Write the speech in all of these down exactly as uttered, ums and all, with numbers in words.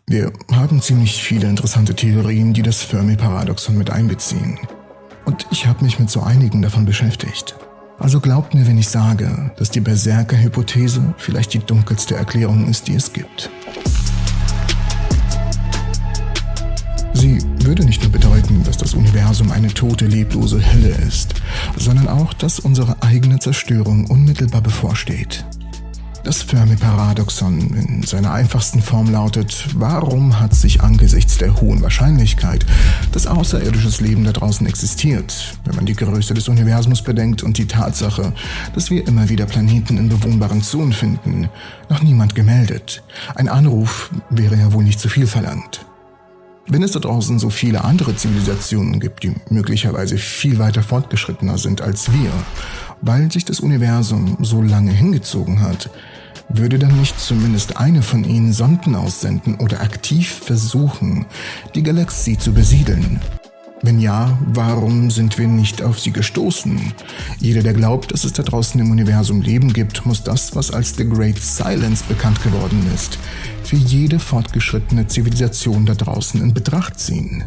Wir haben ziemlich viele interessante Theorien, die das Fermi-Paradoxon mit einbeziehen. Und ich habe mich mit so einigen davon beschäftigt. Also glaubt mir, wenn ich sage, dass die Berserker-Hypothese vielleicht die dunkelste Erklärung ist, die es gibt. Sie würde nicht nur bedeuten, dass das Universum eine tote, leblose Hölle ist, sondern auch, dass unsere eigene Zerstörung unmittelbar bevorsteht. Das Fermi-Paradoxon in seiner einfachsten Form lautet: Warum hat sich angesichts der hohen Wahrscheinlichkeit, dass außerirdisches Leben da draußen existiert, wenn man die Größe des Universums bedenkt und die Tatsache, dass wir immer wieder Planeten in bewohnbaren Zonen finden, noch niemand gemeldet? Ein Anruf wäre ja wohl nicht zu viel verlangt. Wenn es da draußen so viele andere Zivilisationen gibt, die möglicherweise viel weiter fortgeschrittener sind als wir, weil sich das Universum so lange hingezogen hat, würde dann nicht zumindest eine von ihnen Sonden aussenden oder aktiv versuchen, die Galaxie zu besiedeln? Wenn ja, warum sind wir nicht auf sie gestoßen? Jeder, der glaubt, dass es da draußen im Universum Leben gibt, muss das, was als The Great Silence bekannt geworden ist, für jede fortgeschrittene Zivilisation da draußen in Betracht ziehen.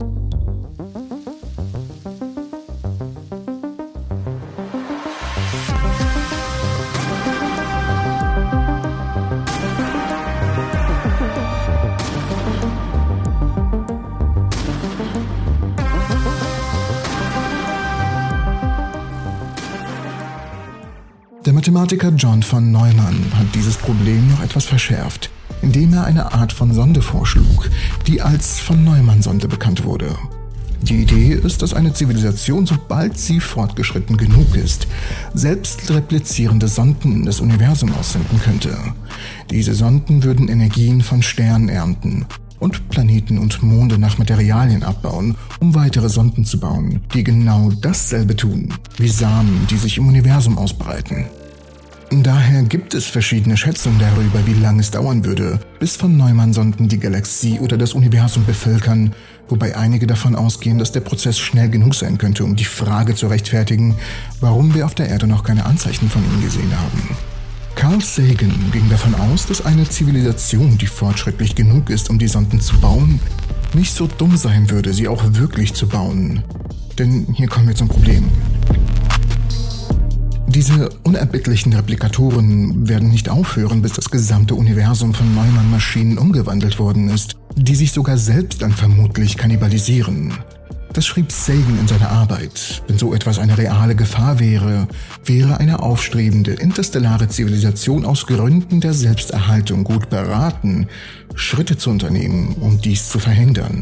Der Mathematiker John von Neumann hat dieses Problem noch etwas verschärft, indem er eine Art von Sonde vorschlug, die als Von-Neumann-Sonde bekannt wurde. Die Idee ist, dass eine Zivilisation, sobald sie fortgeschritten genug ist, selbst replizierende Sonden in das Universum aussenden könnte. Diese Sonden würden Energien von Sternen ernten und Planeten und Monde nach Materialien abbauen, um weitere Sonden zu bauen, die genau dasselbe tun, wie Samen, die sich im Universum ausbreiten. Daher gibt es verschiedene Schätzungen darüber, wie lange es dauern würde, bis Von-Neumann-Sonden die Galaxie oder das Universum bevölkern, wobei einige davon ausgehen, dass der Prozess schnell genug sein könnte, um die Frage zu rechtfertigen, warum wir auf der Erde noch keine Anzeichen von ihnen gesehen haben. Carl Sagan ging davon aus, dass eine Zivilisation, die fortschrittlich genug ist, um die Sonden zu bauen, nicht so dumm sein würde, sie auch wirklich zu bauen. Denn hier kommen wir zum Problem. Diese unerbittlichen Replikatoren werden nicht aufhören, bis das gesamte Universum von Neumann-Maschinen umgewandelt worden ist, die sich sogar selbst dann vermutlich kannibalisieren. Das schrieb Sagan in seiner Arbeit. Wenn so etwas eine reale Gefahr wäre, wäre eine aufstrebende interstellare Zivilisation aus Gründen der Selbsterhaltung gut beraten, Schritte zu unternehmen, um dies zu verhindern.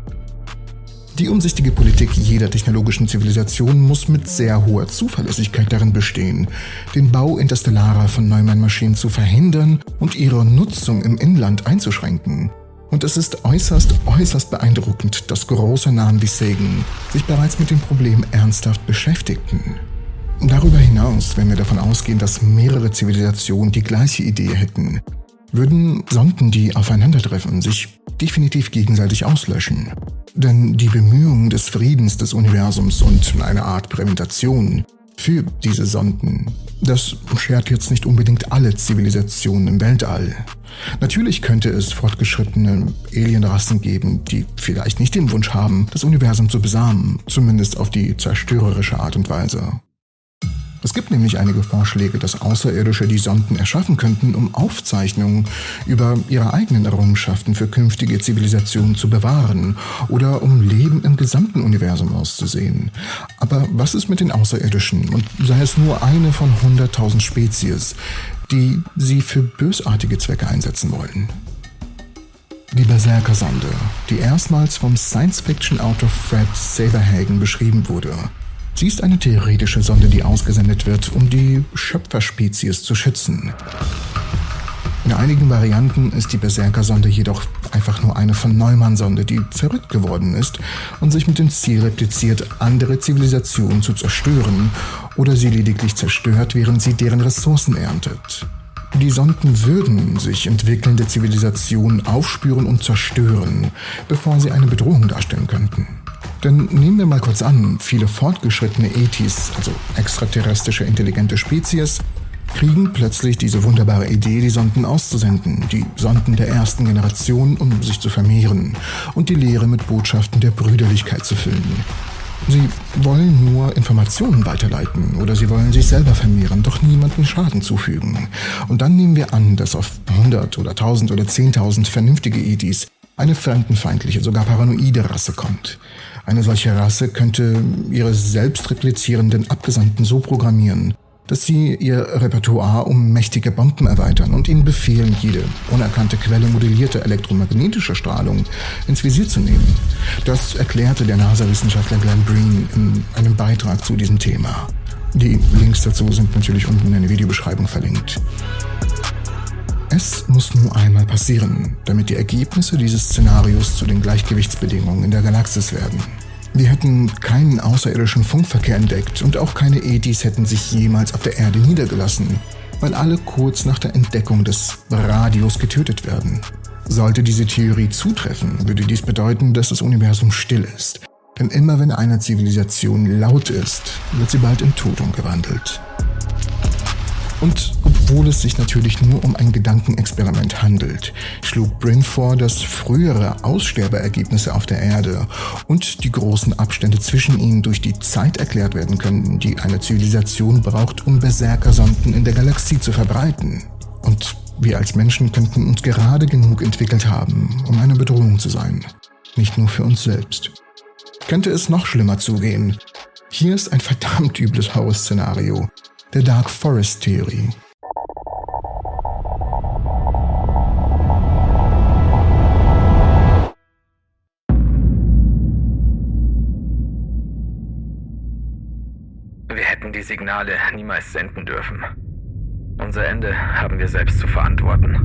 Die umsichtige Politik jeder technologischen Zivilisation muss mit sehr hoher Zuverlässigkeit darin bestehen, den Bau interstellarer Von-Neumann-Maschinen zu verhindern und ihre Nutzung im Inland einzuschränken. Und es ist äußerst, äußerst beeindruckend, dass große Namen wie Sagan sich bereits mit dem Problem ernsthaft beschäftigten. Darüber hinaus, wenn wir davon ausgehen, dass mehrere Zivilisationen die gleiche Idee hätten, würden Sonden, die aufeinandertreffen, sich definitiv gegenseitig auslöschen. Denn die Bemühungen des Friedens des Universums und eine Art Prävention für diese Sonden, das schert jetzt nicht unbedingt alle Zivilisationen im Weltall. Natürlich könnte es fortgeschrittene Alienrassen geben, die vielleicht nicht den Wunsch haben, das Universum zu besamen, zumindest auf die zerstörerische Art und Weise. Es gibt nämlich einige Vorschläge, dass Außerirdische die Sonden erschaffen könnten, um Aufzeichnungen über ihre eigenen Errungenschaften für künftige Zivilisationen zu bewahren oder um Leben im gesamten Universum auszusehen. Aber was ist mit den Außerirdischen, und sei es nur eine von hunderttausend Spezies, die sie für bösartige Zwecke einsetzen wollen? Die Berserker-Sonde, die erstmals vom Science-Fiction-Autor Fred Saberhagen beschrieben wurde. Sie ist eine theoretische Sonde, die ausgesendet wird, um die Schöpferspezies zu schützen. In einigen Varianten ist die Berserker-Sonde jedoch einfach nur eine Von-Neumann-Sonde, die verrückt geworden ist und sich mit dem Ziel repliziert, andere Zivilisationen zu zerstören oder sie lediglich zerstört, während sie deren Ressourcen erntet. Die Sonden würden sich entwickelnde Zivilisationen aufspüren und zerstören, bevor sie eine Bedrohung darstellen könnten. Denn nehmen wir mal kurz an, viele fortgeschrittene E Ts, also extraterrestrische intelligente Spezies, kriegen plötzlich diese wunderbare Idee, die Sonden auszusenden, die Sonden der ersten Generation, um sich zu vermehren und die Leere mit Botschaften der Brüderlichkeit zu füllen. Sie wollen nur Informationen weiterleiten oder sie wollen sich selber vermehren, doch niemandem Schaden zufügen. Und dann nehmen wir an, dass auf hundert oder tausend oder zehntausend vernünftige Edis eine fremdenfeindliche, sogar paranoide Rasse kommt. Eine solche Rasse könnte ihre selbstreplizierenden Abgesandten so programmieren, dass sie ihr Repertoire um mächtige Bomben erweitern und ihnen befehlen, jede unerkannte Quelle modellierter elektromagnetischer Strahlung ins Visier zu nehmen. Das erklärte der NASA-Wissenschaftler Glenn Breen in einem Beitrag zu diesem Thema. Die Links dazu sind natürlich unten in der Videobeschreibung verlinkt. Es muss nur einmal passieren, damit die Ergebnisse dieses Szenarios zu den Gleichgewichtsbedingungen in der Galaxis werden. Wir hätten keinen außerirdischen Funkverkehr entdeckt und auch keine Edis hätten sich jemals auf der Erde niedergelassen, weil alle kurz nach der Entdeckung des Radios getötet werden. Sollte diese Theorie zutreffen, würde dies bedeuten, dass das Universum still ist. Denn immer wenn eine Zivilisation laut ist, wird sie bald in Tod umgewandelt. Und obwohl es sich natürlich nur um ein Gedankenexperiment handelt, schlug Brin vor, dass frühere Aussterbeergebnisse auf der Erde und die großen Abstände zwischen ihnen durch die Zeit erklärt werden können, die eine Zivilisation braucht, um Berserkersonden in der Galaxie zu verbreiten. Und wir als Menschen könnten uns gerade genug entwickelt haben, um eine Bedrohung zu sein. Nicht nur für uns selbst. Könnte es noch schlimmer zugehen? Hier ist ein verdammt übles Horrorszenario. Der Dark Forest Theorie. Wir hätten die Signale niemals senden dürfen. Unser Ende haben wir selbst zu verantworten.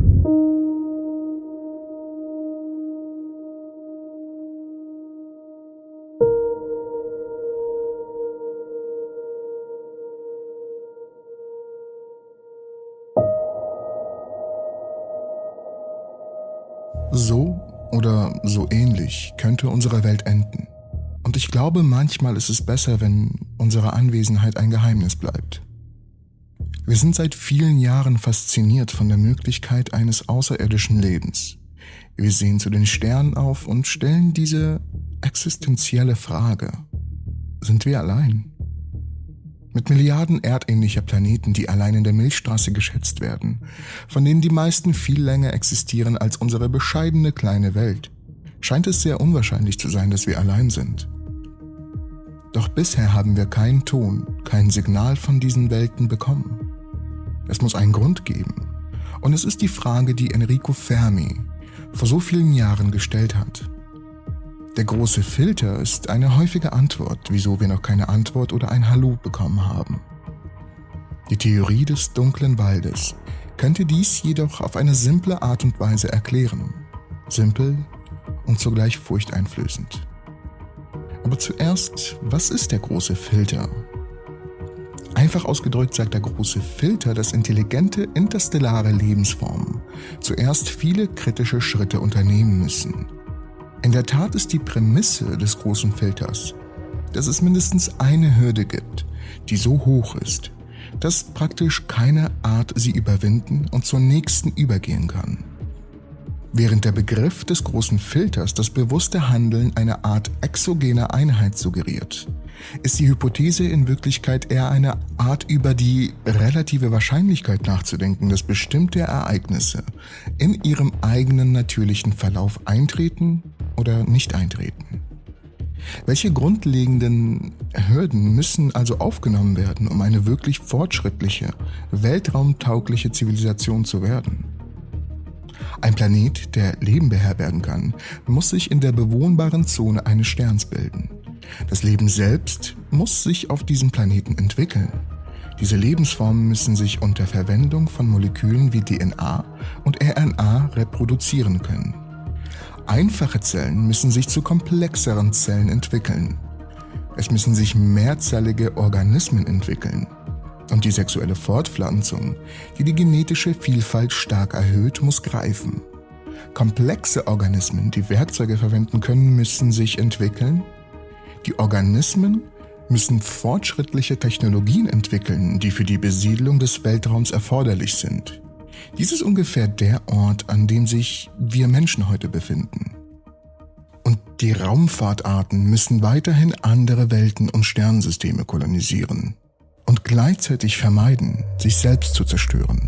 So oder so ähnlich könnte unsere Welt enden. Und ich glaube, manchmal ist es besser, wenn unsere Anwesenheit ein Geheimnis bleibt. Wir sind seit vielen Jahren fasziniert von der Möglichkeit eines außerirdischen Lebens. Wir sehen zu den Sternen auf und stellen diese existenzielle Frage: Sind wir allein? Mit Milliarden erdähnlicher Planeten, die allein in der Milchstraße geschätzt werden, von denen die meisten viel länger existieren als unsere bescheidene kleine Welt, scheint es sehr unwahrscheinlich zu sein, dass wir allein sind. Doch bisher haben wir keinen Ton, kein Signal von diesen Welten bekommen. Es muss einen Grund geben. Und es ist die Frage, die Enrico Fermi vor so vielen Jahren gestellt hat. Der große Filter ist eine häufige Antwort, wieso wir noch keine Antwort oder ein Hallo bekommen haben. Die Theorie des dunklen Waldes könnte dies jedoch auf eine simple Art und Weise erklären. Simpel und zugleich furchteinflößend. Aber zuerst, was ist der große Filter? Einfach ausgedrückt sagt der große Filter, dass intelligente, interstellare Lebensformen zuerst viele kritische Schritte unternehmen müssen. In der Tat ist die Prämisse des großen Filters, dass es mindestens eine Hürde gibt, die so hoch ist, dass praktisch keine Art sie überwinden und zur nächsten übergehen kann. Während der Begriff des großen Filters das bewusste Handeln einer Art exogener Einheit suggeriert, ist die Hypothese in Wirklichkeit eher eine Art, über die relative Wahrscheinlichkeit nachzudenken, dass bestimmte Ereignisse in ihrem eigenen natürlichen Verlauf eintreten oder nicht eintreten. Welche grundlegenden Hürden müssen also aufgenommen werden, um eine wirklich fortschrittliche, weltraumtaugliche Zivilisation zu werden? Ein Planet, der Leben beherbergen kann, muss sich in der bewohnbaren Zone eines Sterns bilden. Das Leben selbst muss sich auf diesem Planeten entwickeln. Diese Lebensformen müssen sich unter Verwendung von Molekülen wie D N A und R N A reproduzieren können. Einfache Zellen müssen sich zu komplexeren Zellen entwickeln. Es müssen sich mehrzellige Organismen entwickeln. Und die sexuelle Fortpflanzung, die die genetische Vielfalt stark erhöht, muss greifen. Komplexe Organismen, die Werkzeuge verwenden können, müssen sich entwickeln. Die Organismen müssen fortschrittliche Technologien entwickeln, die für die Besiedlung des Weltraums erforderlich sind. Dies ist ungefähr der Ort, an dem sich wir Menschen heute befinden. Und die Raumfahrtarten müssen weiterhin andere Welten und Sternensysteme kolonisieren und gleichzeitig vermeiden, sich selbst zu zerstören.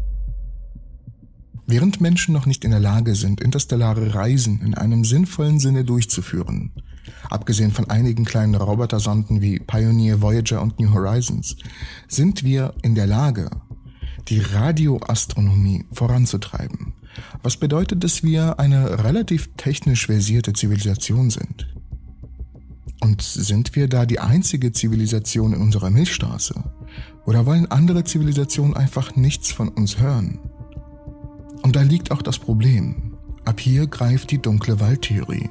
Während Menschen noch nicht in der Lage sind, interstellare Reisen in einem sinnvollen Sinne durchzuführen, abgesehen von einigen kleinen Robotersonden wie Pioneer, Voyager und New Horizons, sind wir in der Lage, die Radioastronomie voranzutreiben, was bedeutet, dass wir eine relativ technisch versierte Zivilisation sind. Und sind wir da die einzige Zivilisation in unserer Milchstraße? Oder wollen andere Zivilisationen einfach nichts von uns hören? Und da liegt auch das Problem. Ab hier greift die dunkle Waldtheorie.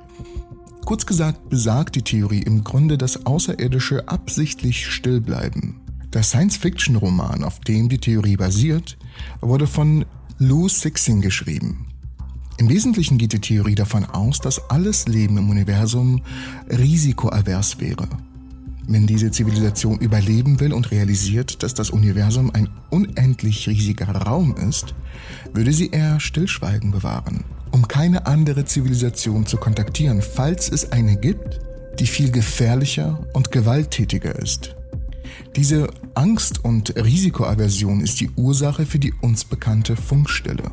Kurz gesagt besagt die Theorie im Grunde, dass Außerirdische absichtlich still bleiben. Der Science-Fiction-Roman, auf dem die Theorie basiert, wurde von Lou Cixin geschrieben. Im Wesentlichen geht die Theorie davon aus, dass alles Leben im Universum risikoavers wäre. Wenn diese Zivilisation überleben will und realisiert, dass das Universum ein unendlich riesiger Raum ist, würde sie eher Stillschweigen bewahren, um keine andere Zivilisation zu kontaktieren, falls es eine gibt, die viel gefährlicher und gewalttätiger ist. Diese Angst und Risikoaversion ist die Ursache für die uns bekannte Funkstille.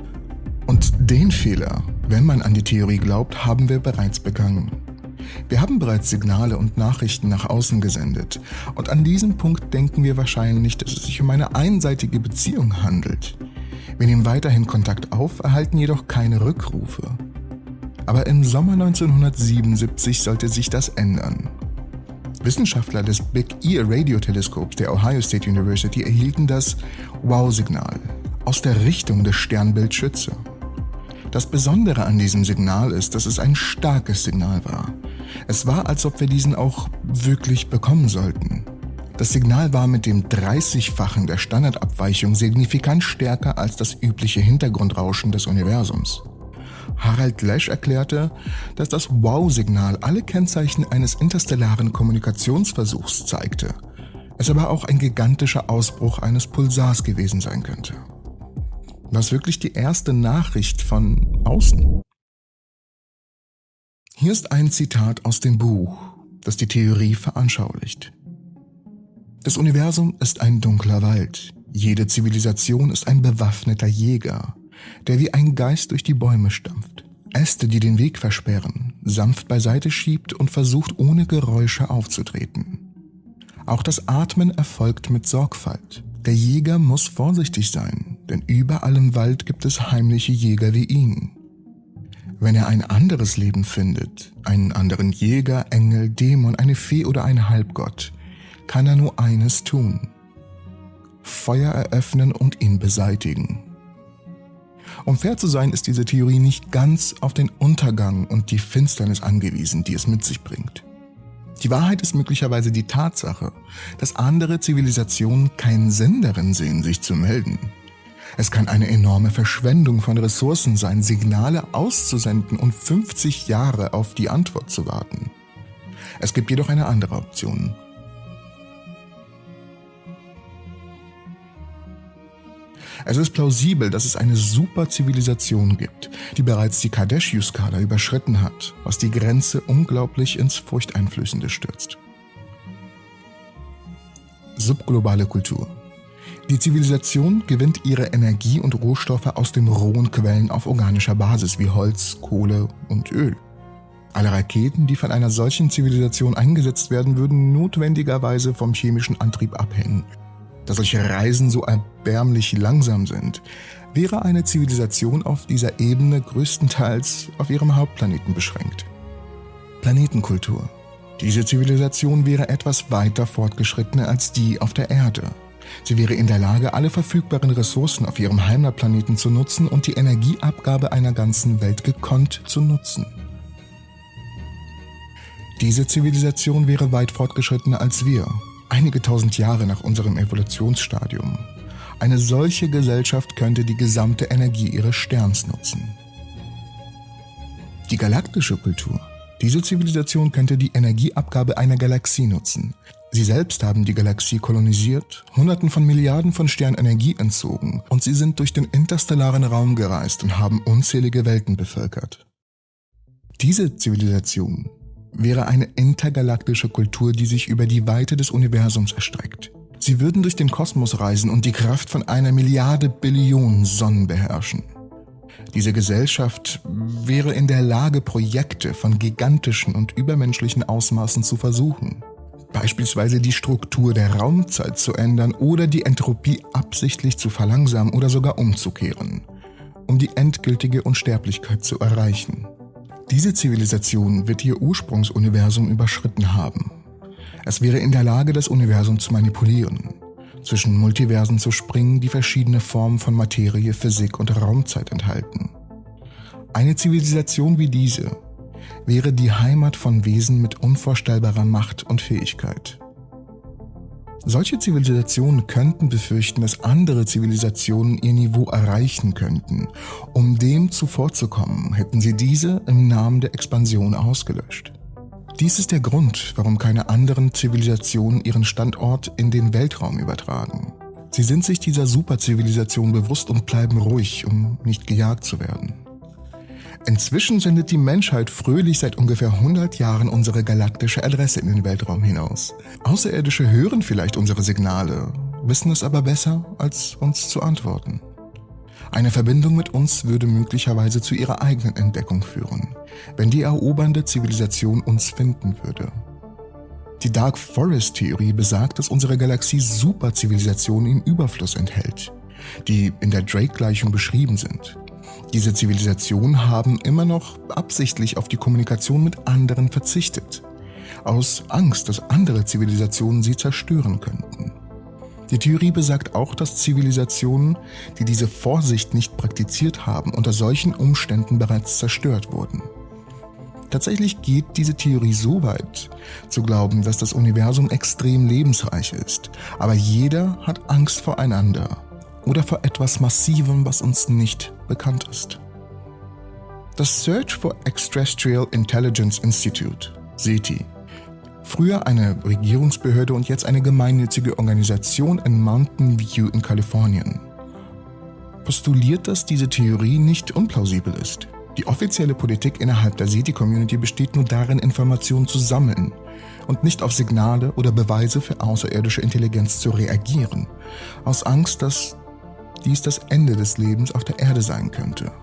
Und den Fehler, wenn man an die Theorie glaubt, haben wir bereits begangen. Wir haben bereits Signale und Nachrichten nach außen gesendet. Und an diesem Punkt denken wir wahrscheinlich, dass es sich um eine einseitige Beziehung handelt. Wir nehmen weiterhin Kontakt auf, erhalten jedoch keine Rückrufe. Aber im Sommer neunzehnhundertsiebenundsiebzig sollte sich das ändern. Wissenschaftler des Big Ear Radioteleskops der Ohio State University erhielten das Wow-Signal aus der Richtung des Sternbilds Schütze. Das Besondere an diesem Signal ist, dass es ein starkes Signal war. Es war, als ob wir diesen auch wirklich bekommen sollten. Das Signal war mit dem dreißigfachen der Standardabweichung signifikant stärker als das übliche Hintergrundrauschen des Universums. Harald Lesch erklärte, dass das Wow-Signal alle Kennzeichen eines interstellaren Kommunikationsversuchs zeigte, es aber auch ein gigantischer Ausbruch eines Pulsars gewesen sein könnte. Was wirklich die erste Nachricht von außen? Hier ist ein Zitat aus dem Buch, das die Theorie veranschaulicht. Das Universum ist ein dunkler Wald. Jede Zivilisation ist ein bewaffneter Jäger, der wie ein Geist durch die Bäume stampft, Äste, die den Weg versperren, sanft beiseite schiebt und versucht, ohne Geräusche aufzutreten. Auch das Atmen erfolgt mit Sorgfalt. Der Jäger muss vorsichtig sein, denn überall im Wald gibt es heimliche Jäger wie ihn. Wenn er ein anderes Leben findet, einen anderen Jäger, Engel, Dämon, eine Fee oder einen Halbgott, kann er nur eines tun: Feuer eröffnen und ihn beseitigen. Um fair zu sein, ist diese Theorie nicht ganz auf den Untergang und die Finsternis angewiesen, die es mit sich bringt. Die Wahrheit ist möglicherweise die Tatsache, dass andere Zivilisationen keinen Sinn darin sehen, sich zu melden. Es kann eine enorme Verschwendung von Ressourcen sein, Signale auszusenden und fünfzig Jahre auf die Antwort zu warten. Es gibt jedoch eine andere Option. Es ist plausibel, dass es eine Superzivilisation gibt, die bereits die Kardashev-Skala überschritten hat, was die Grenze unglaublich ins Furchteinflößende stürzt. Subglobale Kultur. Die Zivilisation gewinnt ihre Energie und Rohstoffe aus den rohen Quellen auf organischer Basis wie Holz, Kohle und Öl. Alle Raketen, die von einer solchen Zivilisation eingesetzt werden, würden notwendigerweise vom chemischen Antrieb abhängen. Da solche Reisen so erbärmlich langsam sind, wäre eine Zivilisation auf dieser Ebene größtenteils auf ihrem Hauptplaneten beschränkt. Planetenkultur. Diese Zivilisation wäre etwas weiter fortgeschritten als die auf der Erde. Sie wäre in der Lage, alle verfügbaren Ressourcen auf ihrem Heimatplaneten zu nutzen und die Energieabgabe einer ganzen Welt gekonnt zu nutzen. Diese Zivilisation wäre weit fortgeschrittener als wir. Einige tausend Jahre nach unserem Evolutionsstadium. Eine solche Gesellschaft könnte die gesamte Energie ihres Sterns nutzen. Die galaktische Kultur. Diese Zivilisation könnte die Energieabgabe einer Galaxie nutzen. Sie selbst haben die Galaxie kolonisiert, Hunderten von Milliarden von Sternen Energie entzogen und sie sind durch den interstellaren Raum gereist und haben unzählige Welten bevölkert. Diese Zivilisation wäre eine intergalaktische Kultur, die sich über die Weite des Universums erstreckt. Sie würden durch den Kosmos reisen und die Kraft von einer Milliarde Billionen Sonnen beherrschen. Diese Gesellschaft wäre in der Lage, Projekte von gigantischen und übermenschlichen Ausmaßen zu versuchen. Beispielsweise die Struktur der Raumzeit zu ändern oder die Entropie absichtlich zu verlangsamen oder sogar umzukehren, um die endgültige Unsterblichkeit zu erreichen. Diese Zivilisation wird ihr Ursprungsuniversum überschritten haben. Es wäre in der Lage, das Universum zu manipulieren, zwischen Multiversen zu springen, die verschiedene Formen von Materie, Physik und Raumzeit enthalten. Eine Zivilisation wie diese wäre die Heimat von Wesen mit unvorstellbarer Macht und Fähigkeit. Solche Zivilisationen könnten befürchten, dass andere Zivilisationen ihr Niveau erreichen könnten. Um dem zuvorzukommen, hätten sie diese im Namen der Expansion ausgelöscht. Dies ist der Grund, warum keine anderen Zivilisationen ihren Standort in den Weltraum übertragen. Sie sind sich dieser Superzivilisation bewusst und bleiben ruhig, um nicht gejagt zu werden. Inzwischen sendet die Menschheit fröhlich seit ungefähr hundert Jahren unsere galaktische Adresse in den Weltraum hinaus. Außerirdische hören vielleicht unsere Signale, wissen es aber besser, als uns zu antworten. Eine Verbindung mit uns würde möglicherweise zu ihrer eigenen Entdeckung führen, wenn die erobernde Zivilisation uns finden würde. Die Dark Forest-Theorie besagt, dass unsere Galaxie Superzivilisationen im Überfluss enthält, die in der Drake-Gleichung beschrieben sind. Diese Zivilisationen haben immer noch absichtlich auf die Kommunikation mit anderen verzichtet, aus Angst, dass andere Zivilisationen sie zerstören könnten. Die Theorie besagt auch, dass Zivilisationen, die diese Vorsicht nicht praktiziert haben, unter solchen Umständen bereits zerstört wurden. Tatsächlich geht diese Theorie so weit, zu glauben, dass das Universum extrem lebensreich ist, aber jeder hat Angst voreinander oder vor etwas Massivem, was uns nicht bekannt ist. Das Search for Extraterrestrial Intelligence Institute, SETI, früher eine Regierungsbehörde und jetzt eine gemeinnützige Organisation in Mountain View in Kalifornien, postuliert, dass diese Theorie nicht unplausibel ist. Die offizielle Politik innerhalb der SETI-Community besteht nur darin, Informationen zu sammeln und nicht auf Signale oder Beweise für außerirdische Intelligenz zu reagieren, aus Angst, dass dies das Ende des Lebens auf der Erde sein könnte.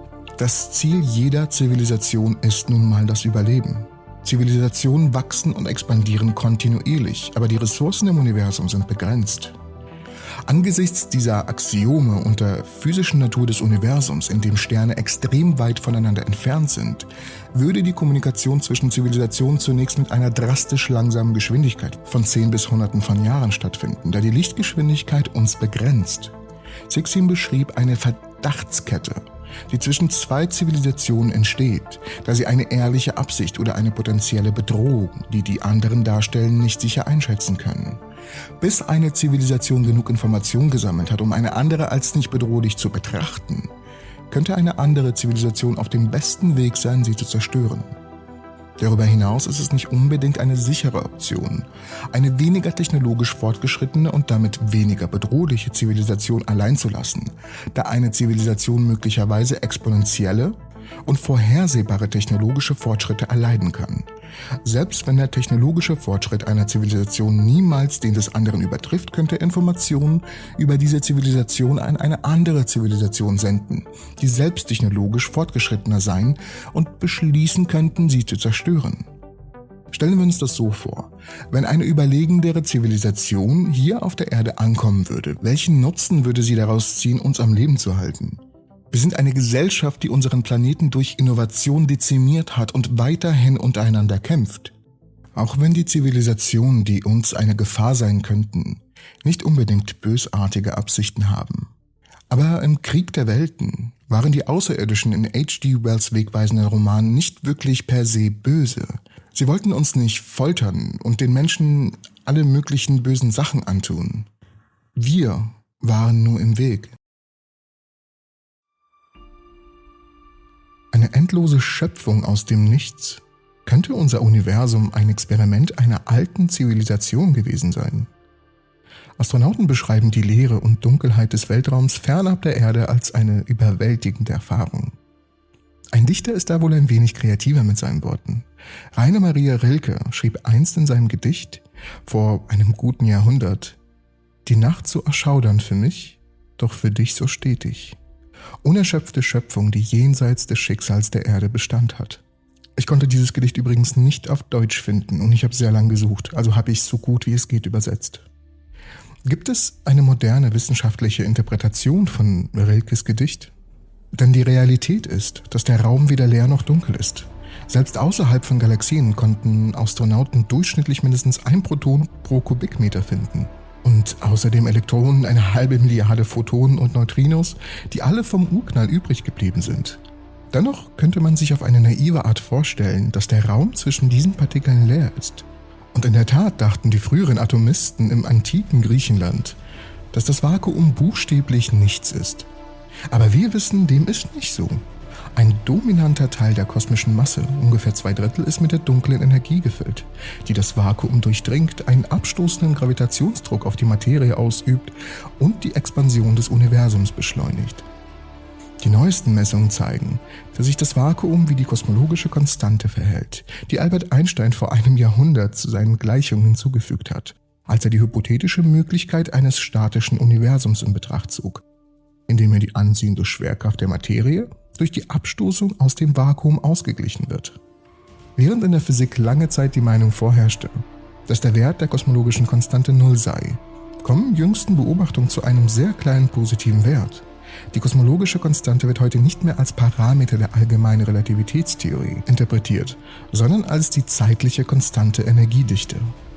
Das Ziel jeder Zivilisation ist nun mal das Überleben. Zivilisationen wachsen und expandieren kontinuierlich, aber die Ressourcen im Universum sind begrenzt. Angesichts dieser Axiome und der physischen Natur des Universums, in dem Sterne extrem weit voneinander entfernt sind, würde die Kommunikation zwischen Zivilisationen zunächst mit einer drastisch langsamen Geschwindigkeit von zehn bis Hunderten von Jahren stattfinden, da die Lichtgeschwindigkeit uns begrenzt. Sixin beschrieb eine Verdachtskette, die zwischen zwei Zivilisationen entsteht, da sie eine ehrliche Absicht oder eine potenzielle Bedrohung, die die anderen darstellen, nicht sicher einschätzen können. Bis eine Zivilisation genug Information gesammelt hat, um eine andere als nicht bedrohlich zu betrachten, könnte eine andere Zivilisation auf dem besten Weg sein, sie zu zerstören. Darüber hinaus ist es nicht unbedingt eine sichere Option, eine weniger technologisch fortgeschrittene und damit weniger bedrohliche Zivilisation allein zu lassen, da eine Zivilisation möglicherweise exponentielle und vorhersehbare technologische Fortschritte erleiden kann. Selbst wenn der technologische Fortschritt einer Zivilisation niemals den des anderen übertrifft, könnte Informationen über diese Zivilisation an eine andere Zivilisation senden, die selbst technologisch fortgeschrittener sein und beschließen könnten, sie zu zerstören. Stellen wir uns das so vor: Wenn eine überlegendere Zivilisation hier auf der Erde ankommen würde, welchen Nutzen würde sie daraus ziehen, uns am Leben zu halten? Wir sind eine Gesellschaft, die unseren Planeten durch Innovation dezimiert hat und weiterhin untereinander kämpft. Auch wenn die Zivilisationen, die uns eine Gefahr sein könnten, nicht unbedingt bösartige Absichten haben. Aber im Krieg der Welten waren die Außerirdischen in H G Wells wegweisenden Roman nicht wirklich per se böse. Sie wollten uns nicht foltern und den Menschen alle möglichen bösen Sachen antun. Wir waren nur im Weg. Eine endlose Schöpfung aus dem Nichts, Könnte unser Universum ein Experiment einer alten Zivilisation gewesen sein? Astronauten beschreiben die Leere und Dunkelheit des Weltraums fernab der Erde als eine überwältigende Erfahrung. Ein Dichter ist da wohl ein wenig kreativer mit seinen Worten. Rainer Maria Rilke schrieb einst in seinem Gedicht, vor einem guten Jahrhundert: Die Nacht so erschaudernd für mich, doch für dich so stetig. Unerschöpfte Schöpfung, die jenseits des Schicksals der Erde Bestand hat. Ich konnte dieses Gedicht übrigens nicht auf Deutsch finden und ich habe sehr lange gesucht, also habe ich es so gut wie es geht übersetzt. Gibt es eine moderne wissenschaftliche Interpretation von Rilkes Gedicht? Denn die Realität ist, dass der Raum weder leer noch dunkel ist. Selbst außerhalb von Galaxien konnten Astronauten durchschnittlich mindestens ein Proton pro Kubikmeter finden. Und außerdem Elektronen, eine halbe Milliarde Photonen und Neutrinos, die alle vom Urknall übrig geblieben sind. Dennoch könnte man sich auf eine naive Art vorstellen, dass der Raum zwischen diesen Partikeln leer ist. Und in der Tat dachten die früheren Atomisten im antiken Griechenland, dass das Vakuum buchstäblich nichts ist. Aber wir wissen, dem ist nicht so. Ein dominanter Teil der kosmischen Masse, ungefähr zwei Drittel, ist mit der dunklen Energie gefüllt, die das Vakuum durchdringt, einen abstoßenden Gravitationsdruck auf die Materie ausübt und die Expansion des Universums beschleunigt. Die neuesten Messungen zeigen, dass sich das Vakuum wie die kosmologische Konstante verhält, die Albert Einstein vor einem Jahrhundert zu seinen Gleichungen hinzugefügt hat, als er die hypothetische Möglichkeit eines statischen Universums in Betracht zog, indem er die anziehende Schwerkraft der Materie durch die Abstoßung aus dem Vakuum ausgeglichen wird. Während in der Physik lange Zeit die Meinung vorherrschte, dass der Wert der kosmologischen Konstante Null sei, kommen jüngsten Beobachtungen zu einem sehr kleinen positiven Wert. Die kosmologische Konstante wird heute nicht mehr als Parameter der allgemeinen Relativitätstheorie interpretiert, sondern als die zeitliche konstante Energiedichte.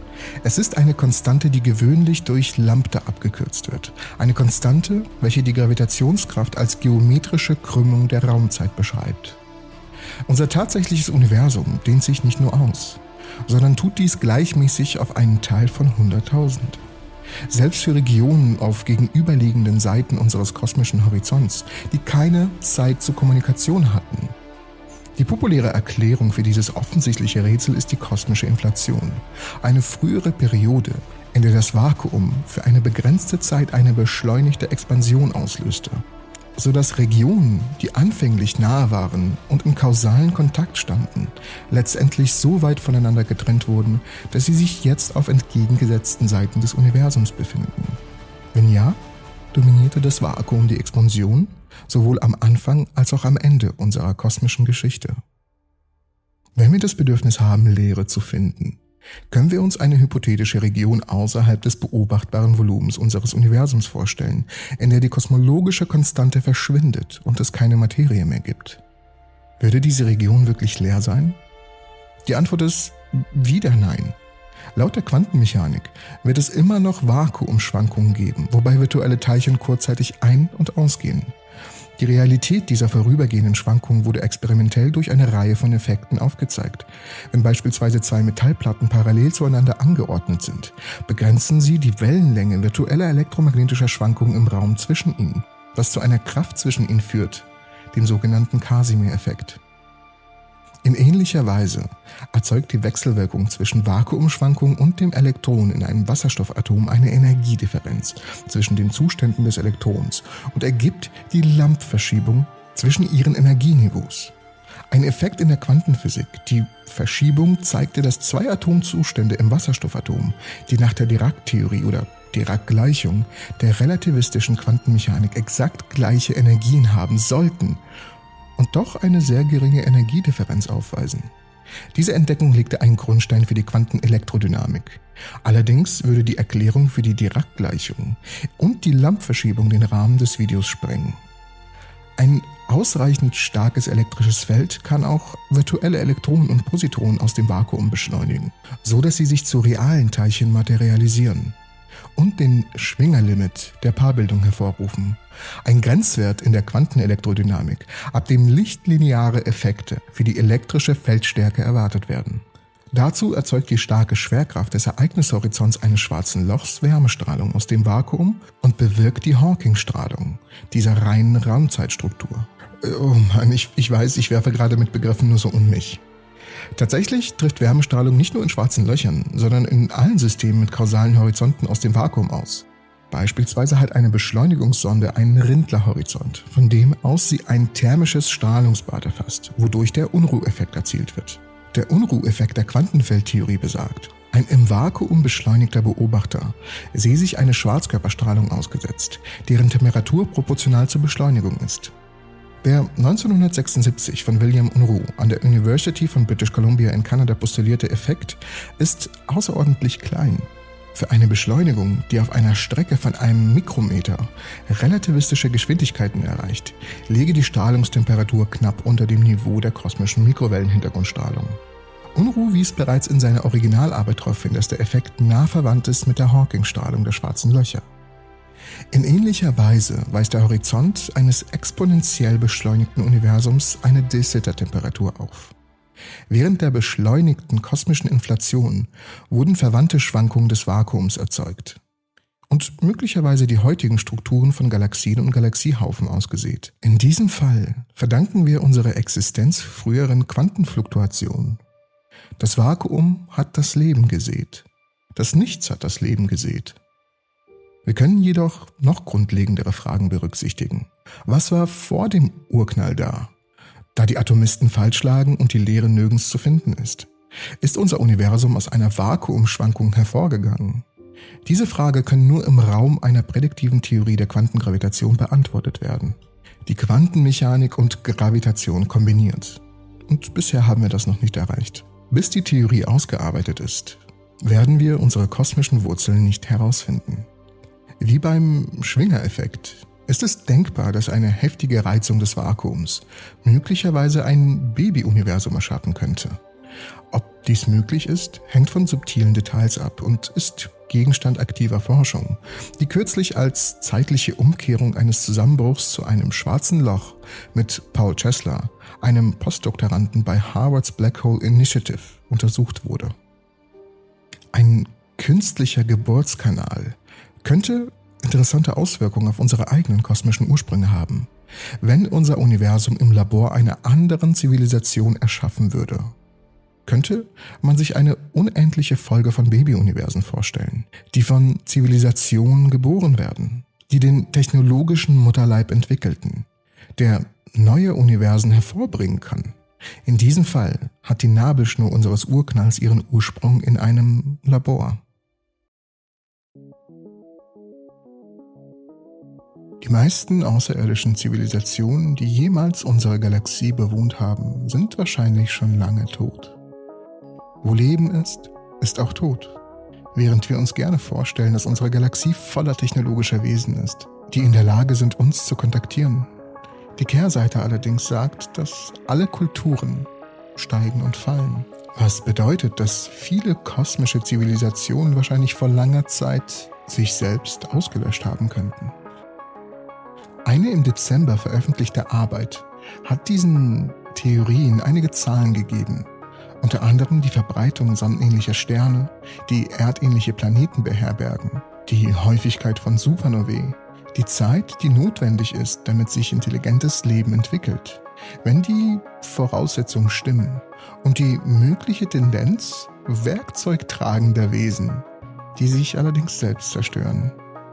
Es ist eine Konstante, die gewöhnlich durch Lambda abgekürzt wird. Eine Konstante, welche die Gravitationskraft als geometrische Krümmung der Raumzeit beschreibt. Unser tatsächliches Universum dehnt sich nicht nur aus, sondern tut dies gleichmäßig auf einen Teil von hunderttausend. Selbst für Regionen auf gegenüberliegenden Seiten unseres kosmischen Horizonts, die keine Zeit zur Kommunikation hatten. Die populäre Erklärung für dieses offensichtliche Rätsel ist die kosmische Inflation, eine frühere Periode, in der das Vakuum für eine begrenzte Zeit eine beschleunigte Expansion auslöste, sodass Regionen, die anfänglich nahe waren und in kausalen Kontakt standen, letztendlich so weit voneinander getrennt wurden, dass sie sich jetzt auf entgegengesetzten Seiten des Universums befinden. Wenn ja, dominierte das Vakuum die Expansion, sowohl am Anfang als auch am Ende unserer kosmischen Geschichte. Wenn wir das Bedürfnis haben, Leere zu finden, können wir uns eine hypothetische Region außerhalb des beobachtbaren Volumens unseres Universums vorstellen, in der die kosmologische Konstante verschwindet und es keine Materie mehr gibt. Würde diese Region wirklich leer sein? Die Antwort ist wieder nein. Laut der Quantenmechanik wird es immer noch Vakuumschwankungen geben, wobei virtuelle Teilchen kurzzeitig ein- und ausgehen. Die Realität dieser vorübergehenden Schwankungen wurde experimentell durch eine Reihe von Effekten aufgezeigt. Wenn beispielsweise zwei Metallplatten parallel zueinander angeordnet sind, begrenzen sie die Wellenlänge virtueller elektromagnetischer Schwankungen im Raum zwischen ihnen, was zu einer Kraft zwischen ihnen führt, dem sogenannten Casimir-Effekt. In ähnlicher Weise erzeugt die Wechselwirkung zwischen Vakuumschwankungen und dem Elektron in einem Wasserstoffatom eine Energiedifferenz zwischen den Zuständen des Elektrons und ergibt die Lamp-Verschiebung zwischen ihren Energieniveaus. Ein Effekt in der Quantenphysik. Die Verschiebung zeigte, dass zwei Atomzustände im Wasserstoffatom, die nach der Dirac-Theorie oder Dirac-Gleichung der relativistischen Quantenmechanik exakt gleiche Energien haben sollten, und doch eine sehr geringe Energiedifferenz aufweisen. Diese Entdeckung legte einen Grundstein für die Quantenelektrodynamik. Allerdings würde die Erklärung für die Dirac-Gleichung und die Lamp-Verschiebung den Rahmen des Videos sprengen. Ein ausreichend starkes elektrisches Feld kann auch virtuelle Elektronen und Positronen aus dem Vakuum beschleunigen, so dass sie sich zu realen Teilchen materialisieren und den Schwingerlimit der Paarbildung hervorrufen. Ein Grenzwert in der Quantenelektrodynamik, ab dem lichtlineare Effekte für die elektrische Feldstärke erwartet werden. Dazu erzeugt die starke Schwerkraft des Ereignishorizonts eines schwarzen Lochs Wärmestrahlung aus dem Vakuum und bewirkt die Hawking-Strahlung dieser reinen Raumzeitstruktur. Oh Mann, ich, ich weiß, ich werfe gerade mit Begriffen nur so um mich. Tatsächlich trifft Wärmestrahlung nicht nur in schwarzen Löchern, sondern in allen Systemen mit kausalen Horizonten aus dem Vakuum aus. Beispielsweise hat eine Beschleunigungssonde einen Rindler-Horizont, von dem aus sie ein thermisches Strahlungsbad erfasst, wodurch der Unruheffekt erzielt wird. Der Unruheffekt der Quantenfeldtheorie besagt, ein im Vakuum beschleunigter Beobachter sehe sich eine Schwarzkörperstrahlung ausgesetzt, deren Temperatur proportional zur Beschleunigung ist. Der neunzehnhundertsechsundsiebzig von William Unruh an der University von British Columbia in Kanada postulierte Effekt ist außerordentlich klein. Für eine Beschleunigung, die auf einer Strecke von einem Mikrometer relativistische Geschwindigkeiten erreicht, liege die Strahlungstemperatur knapp unter dem Niveau der kosmischen Mikrowellenhintergrundstrahlung. Unruh wies bereits in seiner Originalarbeit darauf hin, dass der Effekt nah verwandt ist mit der Hawking-Strahlung der schwarzen Löcher. In ähnlicher Weise weist der Horizont eines exponentiell beschleunigten Universums eine de Sitter-Temperatur auf. Während der beschleunigten kosmischen Inflation wurden verwandte Schwankungen des Vakuums erzeugt und möglicherweise die heutigen Strukturen von Galaxien und Galaxiehaufen ausgesät. In diesem Fall verdanken wir unsere Existenz früheren Quantenfluktuationen. Das Vakuum hat das Leben gesät. Das Nichts hat das Leben gesät. Wir können jedoch noch grundlegendere Fragen berücksichtigen. Was war vor dem Urknall da, da die Atomisten falsch lagen und die Leere nirgends zu finden ist? Ist unser Universum aus einer Vakuumschwankung hervorgegangen? Diese Frage kann nur im Raum einer prädiktiven Theorie der Quantengravitation beantwortet werden. Die Quantenmechanik und Gravitation kombiniert. Und bisher haben wir das noch nicht erreicht. Bis die Theorie ausgearbeitet ist, werden wir unsere kosmischen Wurzeln nicht herausfinden. Wie beim Schwingereffekt ist es denkbar, dass eine heftige Reizung des Vakuums möglicherweise ein Baby-Universum erschaffen könnte. Ob dies möglich ist, hängt von subtilen Details ab und ist Gegenstand aktiver Forschung, die kürzlich als zeitliche Umkehrung eines Zusammenbruchs zu einem schwarzen Loch mit Paul Chesler, einem Postdoktoranden bei Harvards Black Hole Initiative, untersucht wurde. Ein künstlicher Geburtskanal könnte interessante Auswirkungen auf unsere eigenen kosmischen Ursprünge haben, wenn unser Universum im Labor einer anderen Zivilisation erschaffen würde. Könnte man sich eine unendliche Folge von Babyuniversen vorstellen, die von Zivilisationen geboren werden, die den technologischen Mutterleib entwickelten, der neue Universen hervorbringen kann. In diesem Fall hat die Nabelschnur unseres Urknalls ihren Ursprung in einem Labor. Die meisten außerirdischen Zivilisationen, die jemals unsere Galaxie bewohnt haben, sind wahrscheinlich schon lange tot. Wo Leben ist, ist auch Tod. Während wir uns gerne vorstellen, dass unsere Galaxie voller technologischer Wesen ist, die in der Lage sind, uns zu kontaktieren. Die Kehrseite allerdings sagt, dass alle Kulturen steigen und fallen. Was bedeutet, dass viele kosmische Zivilisationen wahrscheinlich vor langer Zeit sich selbst ausgelöscht haben könnten. Eine im Dezember veröffentlichte Arbeit hat diesen Theorien einige Zahlen gegeben, unter anderem die Verbreitung sonnenähnlicher Sterne, die erdähnliche Planeten beherbergen, die Häufigkeit von Supernovae, die Zeit, die notwendig ist, damit sich intelligentes Leben entwickelt, wenn die Voraussetzungen stimmen, und die mögliche Tendenz werkzeugtragender Wesen, die sich allerdings selbst zerstören.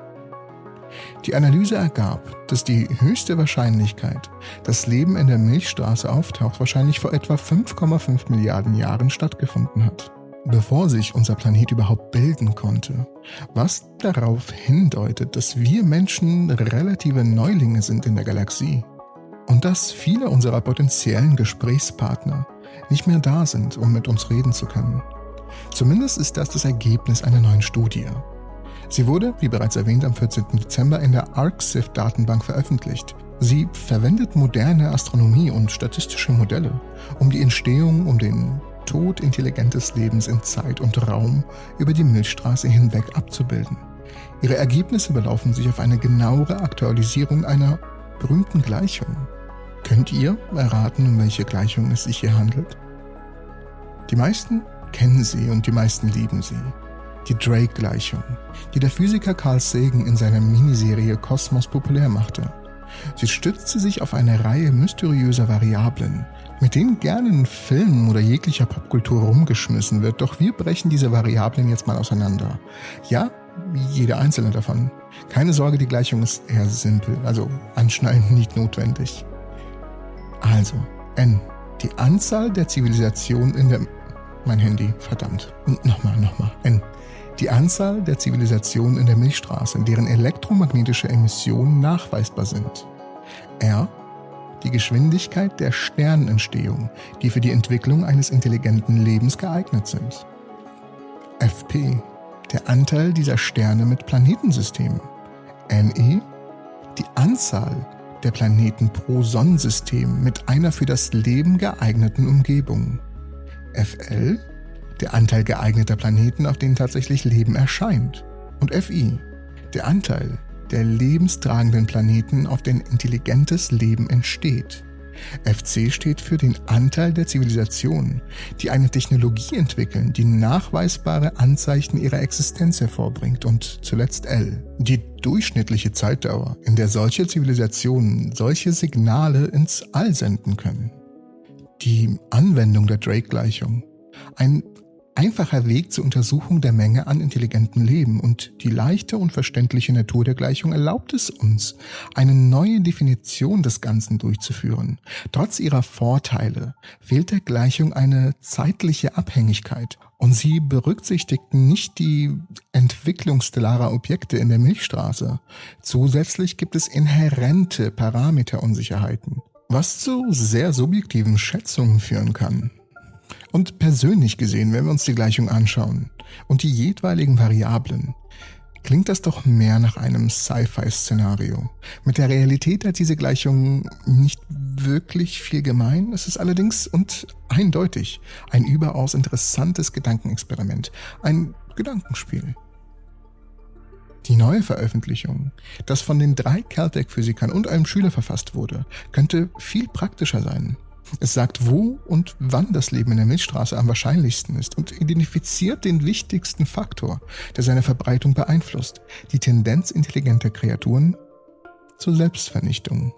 Die Analyse ergab, dass die höchste Wahrscheinlichkeit, dass Leben in der Milchstraße auftaucht, wahrscheinlich vor etwa fünf Komma fünf Milliarden Jahren stattgefunden hat, bevor sich unser Planet überhaupt bilden konnte, was darauf hindeutet, dass wir Menschen relative Neulinge sind in der Galaxie und dass viele unserer potenziellen Gesprächspartner nicht mehr da sind, um mit uns reden zu können. Zumindest ist das das Ergebnis einer neuen Studie. Sie wurde, wie bereits erwähnt, am vierzehnten Dezember in der ArcSIF-Datenbank veröffentlicht. Sie verwendet moderne Astronomie und statistische Modelle, um die Entstehung, um den Tod intelligentes Lebens in Zeit und Raum über die Milchstraße hinweg abzubilden. Ihre Ergebnisse belaufen sich auf eine genauere Aktualisierung einer berühmten Gleichung. Könnt ihr erraten, um welche Gleichung es sich hier handelt? Die meisten kennen sie und die meisten lieben sie. Die Drake-Gleichung, die der Physiker Carl Sagan in seiner Miniserie Kosmos populär machte. Sie stützte sich auf eine Reihe mysteriöser Variablen, mit denen gerne in Filmen oder jeglicher Popkultur rumgeschmissen wird, doch wir brechen diese Variablen jetzt mal auseinander. Ja, jede einzelne davon. Keine Sorge, die Gleichung ist eher simpel, also anschneiden nicht notwendig. Also, N. Die Anzahl der Zivilisationen in der... Mein Handy, verdammt. Nochmal, nochmal. N. Die Anzahl der Zivilisationen in der Milchstraße, deren elektromagnetische Emissionen nachweisbar sind. R. Die Geschwindigkeit der Sternentstehung, die für die Entwicklung eines intelligenten Lebens geeignet sind. F P. Der Anteil dieser Sterne mit Planetensystemen. N E. Die Anzahl der Planeten pro Sonnensystem mit einer für das Leben geeigneten Umgebung. F L. Der Anteil geeigneter Planeten, auf denen tatsächlich Leben erscheint. Und F I. Der Anteil der lebenstragenden Planeten, auf denen intelligentes Leben entsteht. F C steht für den Anteil der Zivilisationen, die eine Technologie entwickeln, die nachweisbare Anzeichen ihrer Existenz hervorbringt. Und zuletzt L. Die durchschnittliche Zeitdauer, in der solche Zivilisationen solche Signale ins All senden können. Die Anwendung der Drake-Gleichung. Ein einfacher Weg zur Untersuchung der Menge an intelligentem Leben, und die leichte und verständliche Natur der Gleichung erlaubt es uns, eine neue Definition des Ganzen durchzuführen. Trotz ihrer Vorteile fehlt der Gleichung eine zeitliche Abhängigkeit, und sie berücksichtigt nicht die Entwicklung stellarer Objekte in der Milchstraße. Zusätzlich gibt es inhärente Parameterunsicherheiten, was zu sehr subjektiven Schätzungen führen kann. Und persönlich gesehen, wenn wir uns die Gleichung anschauen und die jeweiligen Variablen, klingt das doch mehr nach einem Sci-Fi-Szenario. Mit der Realität hat diese Gleichung nicht wirklich viel gemein. Es ist allerdings und eindeutig ein überaus interessantes Gedankenexperiment, ein Gedankenspiel. Die neue Veröffentlichung, das von den drei Caltech-Physikern und einem Schüler verfasst wurde, könnte viel praktischer sein. Es sagt, wo und wann das Leben in der Milchstraße am wahrscheinlichsten ist und identifiziert den wichtigsten Faktor, der seine Verbreitung beeinflusst: die Tendenz intelligenter Kreaturen zur Selbstvernichtung.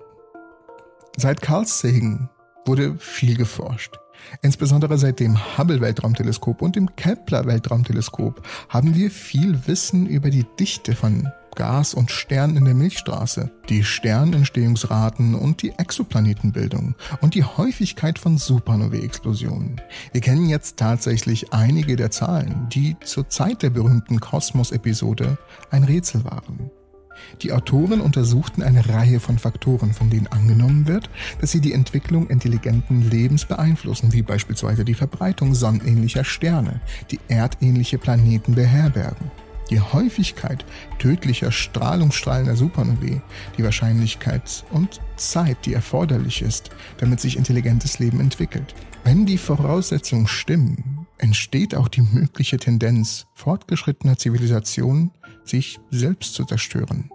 Seit Carl Sagan wurde viel geforscht. Insbesondere seit dem Hubble-Weltraumteleskop und dem Kepler-Weltraumteleskop haben wir viel Wissen über die Dichte von Gas und Sternen in der Milchstraße, die Sternentstehungsraten und die Exoplanetenbildung und die Häufigkeit von Supernovae-Explosionen. Wir kennen jetzt tatsächlich einige der Zahlen, die zur Zeit der berühmten Kosmos-Episode ein Rätsel waren. Die Autoren untersuchten eine Reihe von Faktoren, von denen angenommen wird, dass sie die Entwicklung intelligenten Lebens beeinflussen, wie beispielsweise die Verbreitung sonnenähnlicher Sterne, die erdähnliche Planeten beherbergen, die Häufigkeit tödlicher strahlungsstrahlender Supernovae, die Wahrscheinlichkeit und Zeit, die erforderlich ist, damit sich intelligentes Leben entwickelt. Wenn die Voraussetzungen stimmen, entsteht auch die mögliche Tendenz fortgeschrittener Zivilisationen, sich selbst zu zerstören.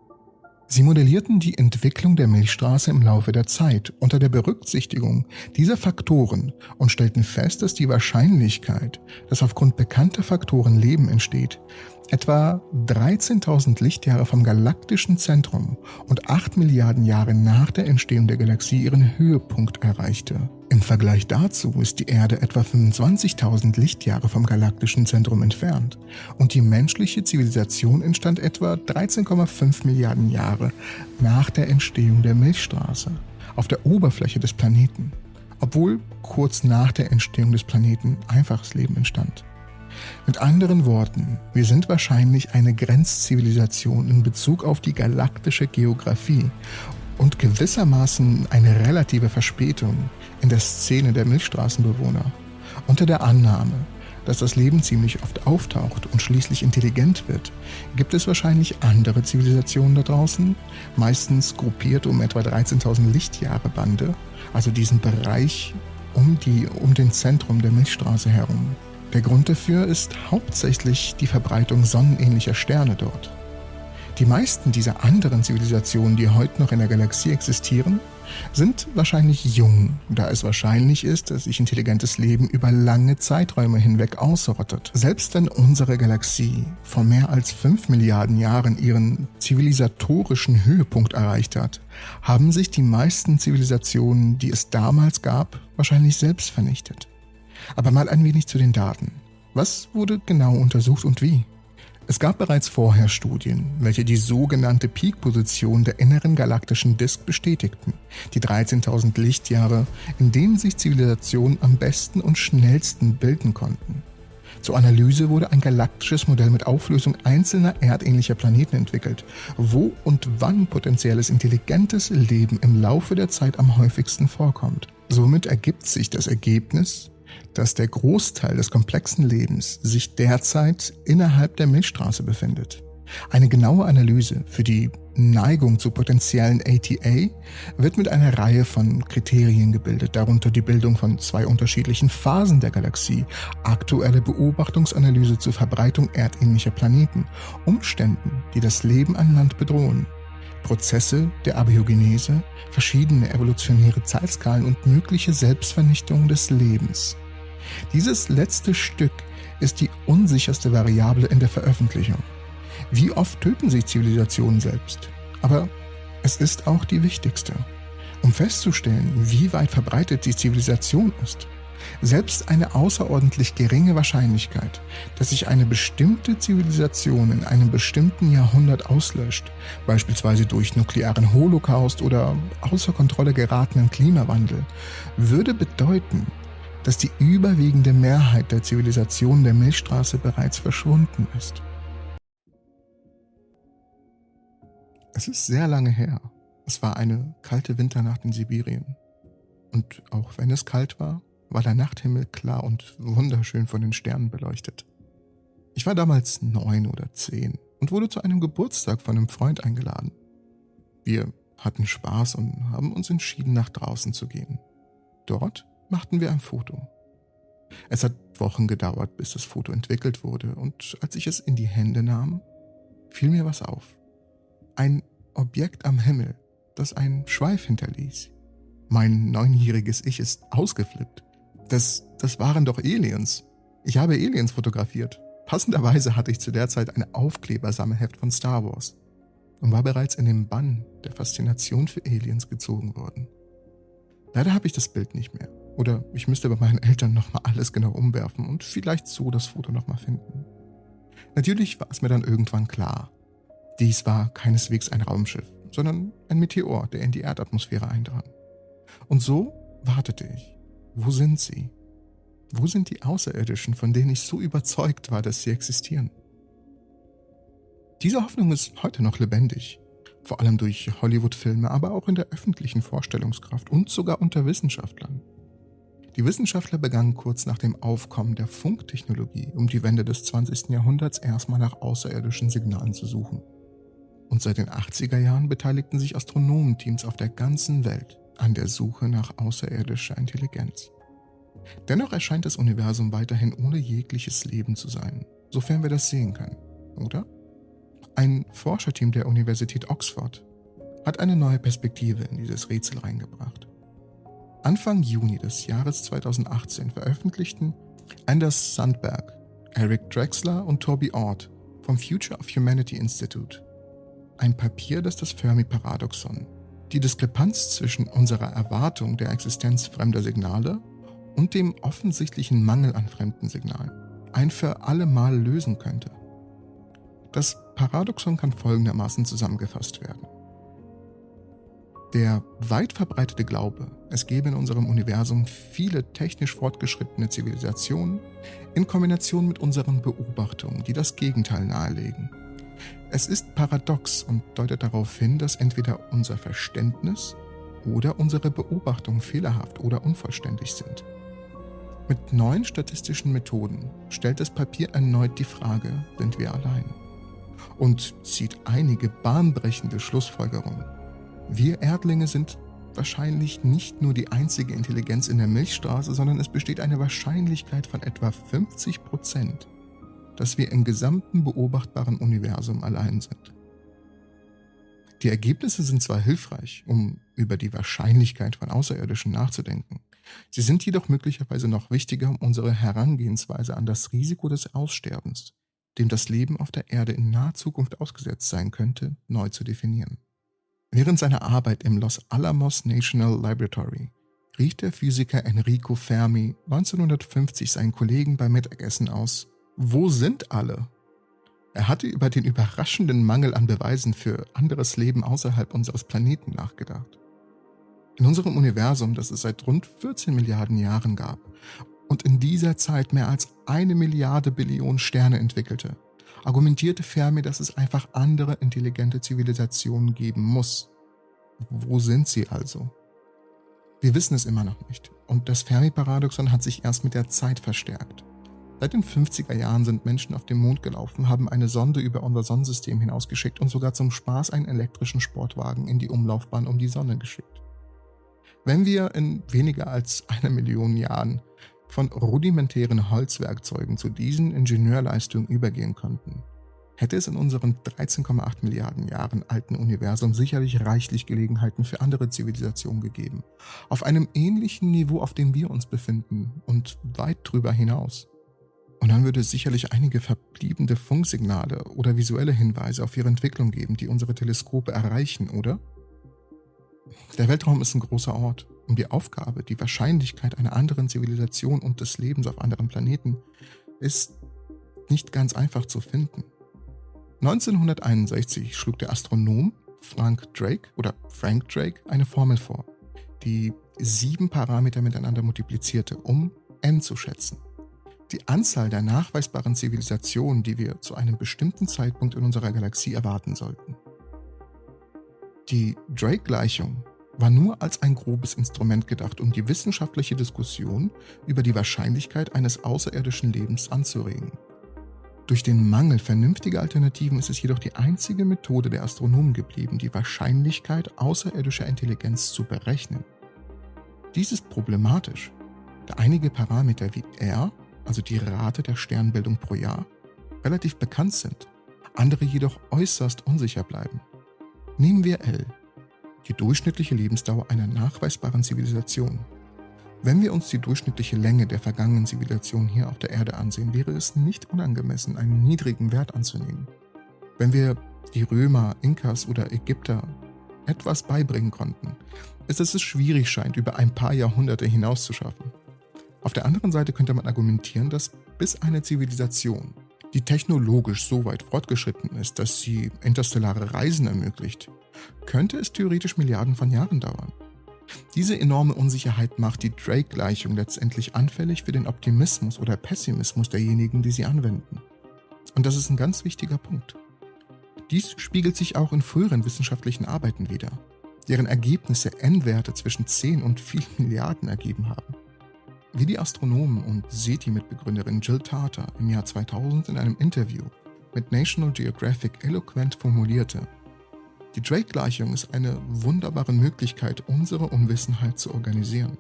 Sie modellierten die Entwicklung der Milchstraße im Laufe der Zeit unter der Berücksichtigung dieser Faktoren und stellten fest, dass die Wahrscheinlichkeit, dass aufgrund bekannter Faktoren Leben entsteht, etwa dreizehntausend Lichtjahre vom galaktischen Zentrum und acht Milliarden Jahre nach der Entstehung der Galaxie ihren Höhepunkt erreichte. Im Vergleich dazu ist die Erde etwa fünfundzwanzigtausend Lichtjahre vom galaktischen Zentrum entfernt und die menschliche Zivilisation entstand etwa dreizehn Komma fünf Milliarden Jahre nach der Entstehung der Milchstraße auf der Oberfläche des Planeten, obwohl kurz nach der Entstehung des Planeten einfaches Leben entstand. Mit anderen Worten, wir sind wahrscheinlich eine Grenzzivilisation in Bezug auf die galaktische Geografie und gewissermaßen eine relative Verspätung in der Szene der Milchstraßenbewohner. Unter der Annahme, dass das Leben ziemlich oft auftaucht und schließlich intelligent wird, gibt es wahrscheinlich andere Zivilisationen da draußen, meistens gruppiert um etwa dreizehntausend Lichtjahre Bande, also diesen Bereich um, die, um den Zentrum der Milchstraße herum. Der Grund dafür ist hauptsächlich die Verbreitung sonnenähnlicher Sterne dort. Die meisten dieser anderen Zivilisationen, die heute noch in der Galaxie existieren, sind wahrscheinlich jung, da es wahrscheinlich ist, dass sich intelligentes Leben über lange Zeiträume hinweg ausrottet. Selbst wenn unsere Galaxie vor mehr als fünf Milliarden Jahren ihren zivilisatorischen Höhepunkt erreicht hat, haben sich die meisten Zivilisationen, die es damals gab, wahrscheinlich selbst vernichtet. Aber mal ein wenig zu den Daten. Was wurde genau untersucht und wie? Es gab bereits vorher Studien, welche die sogenannte Peak-Position der inneren galaktischen Disk bestätigten, die dreizehntausend Lichtjahre, in denen sich Zivilisationen am besten und schnellsten bilden konnten. Zur Analyse wurde ein galaktisches Modell mit Auflösung einzelner erdähnlicher Planeten entwickelt, wo und wann potenzielles intelligentes Leben im Laufe der Zeit am häufigsten vorkommt. Somit ergibt sich das Ergebnis, dass der Großteil des komplexen Lebens sich derzeit innerhalb der Milchstraße befindet. Eine genaue Analyse für die Neigung zu potenziellen A T A wird mit einer Reihe von Kriterien gebildet, darunter die Bildung von zwei unterschiedlichen Phasen der Galaxie, aktuelle Beobachtungsanalyse zur Verbreitung erdähnlicher Planeten, Umständen, die das Leben an Land bedrohen, Prozesse der Abiogenese, verschiedene evolutionäre Zeitskalen und mögliche Selbstvernichtung des Lebens. Dieses letzte Stück ist die unsicherste Variable in der Veröffentlichung. Wie oft töten sich Zivilisationen selbst? Aber es ist auch die wichtigste. Um festzustellen, wie weit verbreitet die Zivilisation ist, selbst eine außerordentlich geringe Wahrscheinlichkeit, dass sich eine bestimmte Zivilisation in einem bestimmten Jahrhundert auslöscht, beispielsweise durch nuklearen Holocaust oder außer Kontrolle geratenen Klimawandel, würde bedeuten, dass die überwiegende Mehrheit der Zivilisation der Milchstraße bereits verschwunden ist. Es ist sehr lange her. Es war eine kalte Winternacht in Sibirien. Und auch wenn es kalt war, war der Nachthimmel klar und wunderschön von den Sternen beleuchtet. Ich war damals neun oder zehn und wurde zu einem Geburtstag von einem Freund eingeladen. Wir hatten Spaß und haben uns entschieden, nach draußen zu gehen. Dort machten wir ein Foto. Es hat Wochen gedauert, bis das Foto entwickelt wurde, und als ich es in die Hände nahm, fiel mir was auf. Ein Objekt am Himmel, das einen Schweif hinterließ. Mein neunjähriges Ich ist ausgeflippt. Das, das waren doch Aliens. Ich habe Aliens fotografiert. Passenderweise hatte ich zu der Zeit ein Aufklebersammelheft von Star Wars und war bereits in den Bann der Faszination für Aliens gezogen worden. Leider habe ich das Bild nicht mehr. Oder ich müsste bei meinen Eltern nochmal alles genau umwerfen und vielleicht so das Foto nochmal finden. Natürlich war es mir dann irgendwann klar. Dies war keineswegs ein Raumschiff, sondern ein Meteor, der in die Erdatmosphäre eindrang. Und so wartete ich. Wo sind sie? Wo sind die Außerirdischen, von denen ich so überzeugt war, dass sie existieren? Diese Hoffnung ist heute noch lebendig, vor allem durch Hollywood-Filme, aber auch in der öffentlichen Vorstellungskraft und sogar unter Wissenschaftlern. Die Wissenschaftler begannen kurz nach dem Aufkommen der Funktechnologie um die Wende des zwanzigsten Jahrhunderts erstmal nach außerirdischen Signalen zu suchen. Und seit den achtziger Jahren beteiligten sich Astronomenteams auf der ganzen Welt an der Suche nach außerirdischer Intelligenz. Dennoch erscheint das Universum weiterhin ohne jegliches Leben zu sein, sofern wir das sehen können, oder? Ein Forscherteam der Universität Oxford hat eine neue Perspektive in dieses Rätsel reingebracht. Anfang Juni des Jahres zweitausendachtzehn veröffentlichten Anders Sandberg, Eric Drexler und Toby Ord vom Future of Humanity Institute ein Papier, das das Fermi-Paradoxon, die Diskrepanz zwischen unserer Erwartung der Existenz fremder Signale und dem offensichtlichen Mangel an fremden Signalen, ein für alle Mal lösen könnte. Das Paradoxon kann folgendermaßen zusammengefasst werden. Der weit verbreitete Glaube, es gebe in unserem Universum viele technisch fortgeschrittene Zivilisationen in Kombination mit unseren Beobachtungen, die das Gegenteil nahelegen. Es ist paradox und deutet darauf hin, dass entweder unser Verständnis oder unsere Beobachtungen fehlerhaft oder unvollständig sind. Mit neuen statistischen Methoden stellt das Papier erneut die Frage, sind wir allein? Und zieht einige bahnbrechende Schlussfolgerungen. Wir Erdlinge sind wahrscheinlich nicht nur die einzige Intelligenz in der Milchstraße, sondern es besteht eine Wahrscheinlichkeit von etwa fünfzig Prozent, dass wir im gesamten beobachtbaren Universum allein sind. Die Ergebnisse sind zwar hilfreich, um über die Wahrscheinlichkeit von Außerirdischen nachzudenken, sie sind jedoch möglicherweise noch wichtiger, um unsere Herangehensweise an das Risiko des Aussterbens, dem das Leben auf der Erde in naher Zukunft ausgesetzt sein könnte, neu zu definieren. Während seiner Arbeit im Los Alamos National Laboratory rief der Physiker Enrico Fermi neunzehnhundertfünfzig seinen Kollegen beim Mittagessen aus: Wo sind alle? Er hatte über den überraschenden Mangel an Beweisen für anderes Leben außerhalb unseres Planeten nachgedacht. In unserem Universum, das es seit rund vierzehn Milliarden Jahren gab und in dieser Zeit mehr als eine Milliarde Billion Sterne entwickelte, argumentierte Fermi, dass es einfach andere intelligente Zivilisationen geben muss. Wo sind sie also? Wir wissen es immer noch nicht, und das Fermi-Paradoxon hat sich erst mit der Zeit verstärkt. Seit den fünfziger Jahren sind Menschen auf dem Mond gelaufen, haben eine Sonde über unser Sonnensystem hinausgeschickt und sogar zum Spaß einen elektrischen Sportwagen in die Umlaufbahn um die Sonne geschickt. Wenn wir in weniger als einer Million Jahren von rudimentären Holzwerkzeugen zu diesen Ingenieurleistungen übergehen konnten, hätte es in unserem dreizehn Komma acht Milliarden Jahren alten Universum sicherlich reichlich Gelegenheiten für andere Zivilisationen gegeben, auf einem ähnlichen Niveau, auf dem wir uns befinden und weit drüber hinaus. Und dann würde es sicherlich einige verbliebene Funksignale oder visuelle Hinweise auf ihre Entwicklung geben, die unsere Teleskope erreichen, oder? Der Weltraum ist ein großer Ort, und die Aufgabe, die Wahrscheinlichkeit einer anderen Zivilisation und des Lebens auf anderen Planeten, ist nicht ganz einfach zu finden. neunzehnhunderteinundsechzig schlug der Astronom Frank Drake oder Frank Drake eine Formel vor, die sieben Parameter miteinander multiplizierte, um n zu schätzen. Die Anzahl der nachweisbaren Zivilisationen, die wir zu einem bestimmten Zeitpunkt in unserer Galaxie erwarten sollten. Die Drake-Gleichung war nur als ein grobes Instrument gedacht, um die wissenschaftliche Diskussion über die Wahrscheinlichkeit eines außerirdischen Lebens anzuregen. Durch den Mangel vernünftiger Alternativen ist es jedoch die einzige Methode der Astronomen geblieben, die Wahrscheinlichkeit außerirdischer Intelligenz zu berechnen. Dies ist problematisch, da einige Parameter wie R, also die Rate der Sternbildung pro Jahr, relativ bekannt sind, andere jedoch äußerst unsicher bleiben. Nehmen wir L, die durchschnittliche Lebensdauer einer nachweisbaren Zivilisation. Wenn wir uns die durchschnittliche Länge der vergangenen Zivilisation hier auf der Erde ansehen, wäre es nicht unangemessen, einen niedrigen Wert anzunehmen. Wenn wir die Römer, Inkas oder Ägypter etwas beibringen konnten, ist es schwierig scheint, über ein paar Jahrhunderte hinaus zu schaffen. Auf der anderen Seite könnte man argumentieren, dass bis eine Zivilisation, die technologisch so weit fortgeschritten ist, dass sie interstellare Reisen ermöglicht, könnte es theoretisch Milliarden von Jahren dauern. Diese enorme Unsicherheit macht die Drake-Gleichung letztendlich anfällig für den Optimismus oder Pessimismus derjenigen, die sie anwenden. Und das ist ein ganz wichtiger Punkt. Dies spiegelt sich auch in früheren wissenschaftlichen Arbeiten wider, deren Ergebnisse N-Werte zwischen zehn und vielen Milliarden ergeben haben. Wie die Astronomen und SETI-Mitbegründerin Jill Tarter im Jahr zweitausend in einem Interview mit National Geographic eloquent formulierte: Die Drake-Gleichung ist eine wunderbare Möglichkeit, unsere Unwissenheit zu organisieren.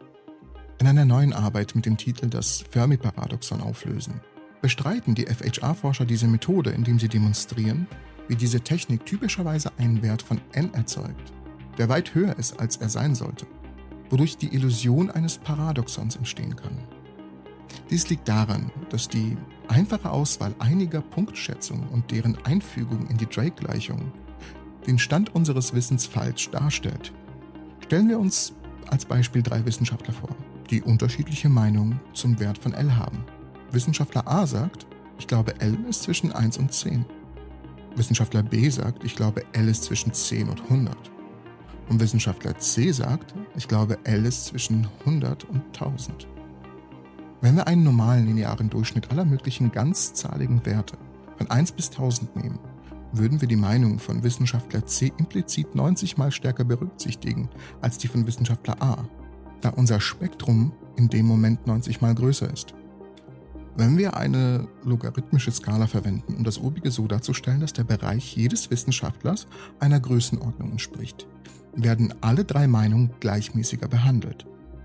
In einer neuen Arbeit mit dem Titel Das Fermi-Paradoxon auflösen, bestreiten die F H R-Forscher diese Methode, indem sie demonstrieren, wie diese Technik typischerweise einen Wert von n erzeugt, der weit höher ist, als er sein sollte, wodurch die Illusion eines Paradoxons entstehen kann. Dies liegt daran, dass die einfache Auswahl einiger Punktschätzungen und deren Einfügung in die Drake-Gleichung den Stand unseres Wissens falsch darstellt. Stellen wir uns als Beispiel drei Wissenschaftler vor, die unterschiedliche Meinungen zum Wert von L haben. Wissenschaftler A sagt, ich glaube L ist zwischen eins und zehn. Wissenschaftler B sagt, ich glaube L ist zwischen zehn und hundert. Und Wissenschaftler C sagt, ich glaube L ist zwischen hundert und tausend. Wenn wir einen normalen linearen Durchschnitt aller möglichen ganzzahligen Werte von eins bis tausend nehmen, würden wir die Meinung von Wissenschaftler C implizit neunzig mal stärker berücksichtigen als die von Wissenschaftler A, da unser Spektrum in dem Moment neunzig mal größer ist. Wenn wir eine logarithmische Skala verwenden, um das obige so darzustellen, dass der Bereich jedes Wissenschaftlers einer Größenordnung entspricht, werden alle drei Meinungen gleichmäßiger behandelt.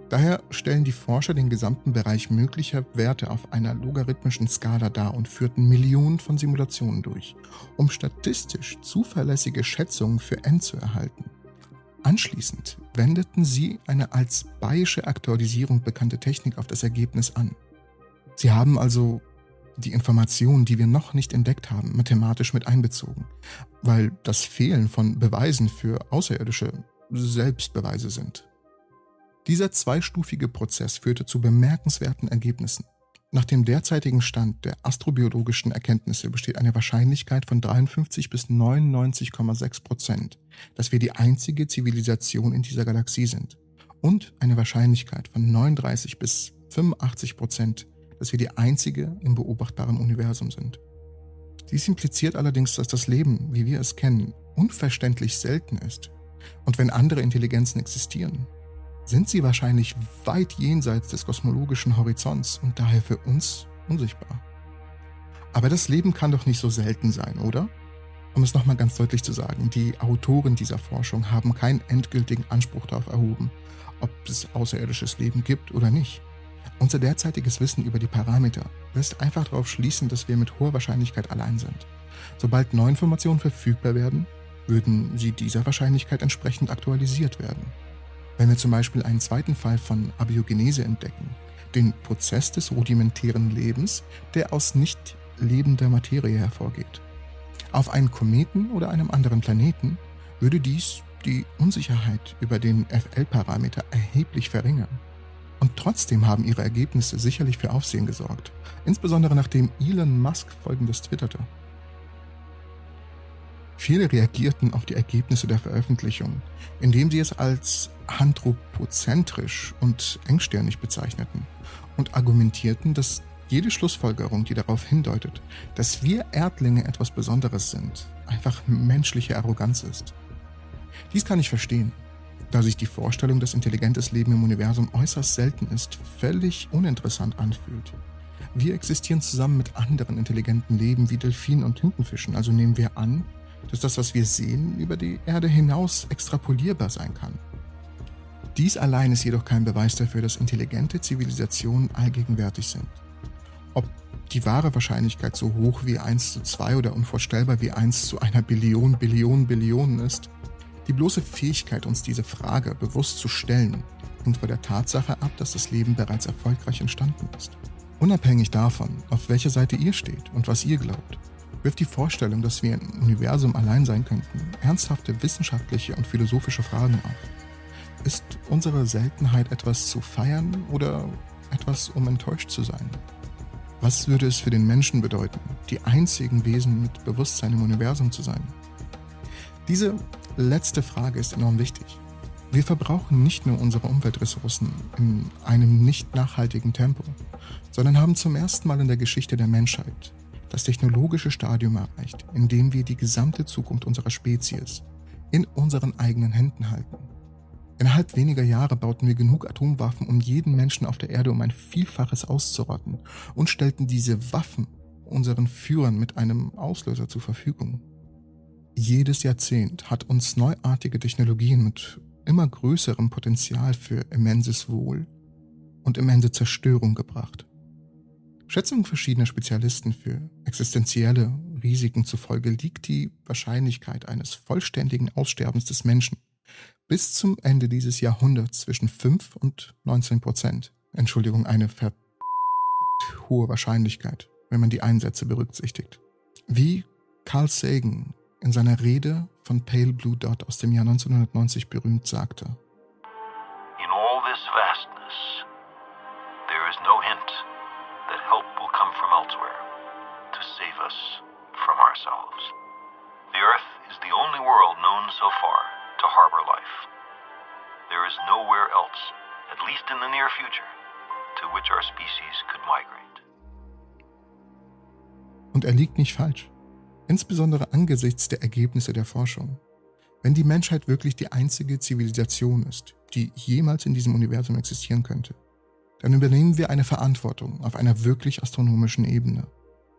Daher stellen die Forscher den gesamten Bereich möglicher Werte auf einer logarithmischen Skala dar und führten Millionen von Simulationen durch, um statistisch zuverlässige Schätzungen für n zu erhalten. Anschließend wendeten sie eine als Bayesche Aktualisierung bekannte Technik auf das Ergebnis an. Sie haben also die Informationen, die wir noch nicht entdeckt haben, mathematisch mit einbezogen, weil das Fehlen von Beweisen für Außerirdische Selbstbeweise sind. Dieser zweistufige Prozess führte zu bemerkenswerten Ergebnissen. Nach dem derzeitigen Stand der astrobiologischen Erkenntnisse besteht eine Wahrscheinlichkeit von dreiundfünfzig bis neunundneunzig Komma sechs Prozent, dass wir die einzige Zivilisation in dieser Galaxie sind, und eine Wahrscheinlichkeit von neununddreißig bis fünfundachtzig Prozent, dass wir die einzige im beobachtbaren Universum sind. Dies impliziert allerdings, dass das Leben, wie wir es kennen, unverständlich selten ist. Und wenn andere Intelligenzen existieren, sind sie wahrscheinlich weit jenseits des kosmologischen Horizonts und daher für uns unsichtbar. Aber das Leben kann doch nicht so selten sein, oder? Um es nochmal ganz deutlich zu sagen, die Autoren dieser Forschung haben keinen endgültigen Anspruch darauf erhoben, ob es außerirdisches Leben gibt oder nicht. Unser derzeitiges Wissen über die Parameter lässt einfach darauf schließen, dass wir mit hoher Wahrscheinlichkeit allein sind. Sobald neue Informationen verfügbar werden, würden sie dieser Wahrscheinlichkeit entsprechend aktualisiert werden. Wenn wir zum Beispiel einen zweiten Fall von Abiogenese entdecken, den Prozess des rudimentären Lebens, der aus nicht lebender Materie hervorgeht. Auf einen Kometen oder einem anderen Planeten würde dies die Unsicherheit über den F L-Parameter erheblich verringern. Und trotzdem haben ihre Ergebnisse sicherlich für Aufsehen gesorgt, insbesondere nachdem Elon Musk Folgendes twitterte. Viele reagierten auf die Ergebnisse der Veröffentlichung, indem sie es als anthropozentrisch und engstirnig bezeichneten und argumentierten, dass jede Schlussfolgerung, die darauf hindeutet, dass wir Erdlinge etwas Besonderes sind, einfach menschliche Arroganz ist. Dies kann ich verstehen, da sich die Vorstellung, dass intelligentes Leben im Universum äußerst selten ist, völlig uninteressant anfühlt. Wir existieren zusammen mit anderen intelligenten Leben wie Delfinen und Tintenfischen, also nehmen wir an, dass das, was wir sehen, über die Erde hinaus extrapolierbar sein kann. Dies allein ist jedoch kein Beweis dafür, dass intelligente Zivilisationen allgegenwärtig sind. Ob die wahre Wahrscheinlichkeit so hoch wie eins zu zwei oder unvorstellbar wie eins zu einer Billion, Billion, Billionen ist, die bloße Fähigkeit, uns diese Frage bewusst zu stellen, hängt von der Tatsache ab, dass das Leben bereits erfolgreich entstanden ist. Unabhängig davon, auf welcher Seite ihr steht und was ihr glaubt, wirft die Vorstellung, dass wir im Universum allein sein könnten, ernsthafte wissenschaftliche und philosophische Fragen auf. Ist unsere Seltenheit etwas zu feiern oder etwas, um enttäuscht zu sein? Was würde es für den Menschen bedeuten, die einzigen Wesen mit Bewusstsein im Universum zu sein? Diese letzte Frage ist enorm wichtig. Wir verbrauchen nicht nur unsere Umweltressourcen in einem nicht nachhaltigen Tempo, sondern haben zum ersten Mal in der Geschichte der Menschheit das technologische Stadium erreicht, in dem wir die gesamte Zukunft unserer Spezies in unseren eigenen Händen halten. Innerhalb weniger Jahre bauten wir genug Atomwaffen, um jeden Menschen auf der Erde um ein Vielfaches auszurotten und stellten diese Waffen unseren Führern mit einem Auslöser zur Verfügung. Jedes Jahrzehnt hat uns neuartige Technologien mit immer größerem Potenzial für immenses Wohl und immense Zerstörung gebracht. Schätzungen verschiedener Spezialisten für existenzielle Risiken zufolge liegt die Wahrscheinlichkeit eines vollständigen Aussterbens des Menschen bis zum Ende dieses Jahrhunderts zwischen fünf und neunzehn Prozent. Entschuldigung, eine ver hohe Wahrscheinlichkeit, wenn man die Einsätze berücksichtigt. Wie Carl Sagan in seiner Rede von Pale Blue Dot aus dem Jahr neunzehnhundertneunzig berühmt sagte: In all this vastness, there is no hint that help will come from elsewhere to save us from ourselves. The Earth is the only world known so far to harbor life. There is nowhere else, at least in the near future, to which our species could migrate. Und er liegt nicht falsch. Insbesondere angesichts der Ergebnisse der Forschung. Wenn die Menschheit wirklich die einzige Zivilisation ist, die jemals in diesem Universum existieren könnte, dann übernehmen wir eine Verantwortung auf einer wirklich astronomischen Ebene.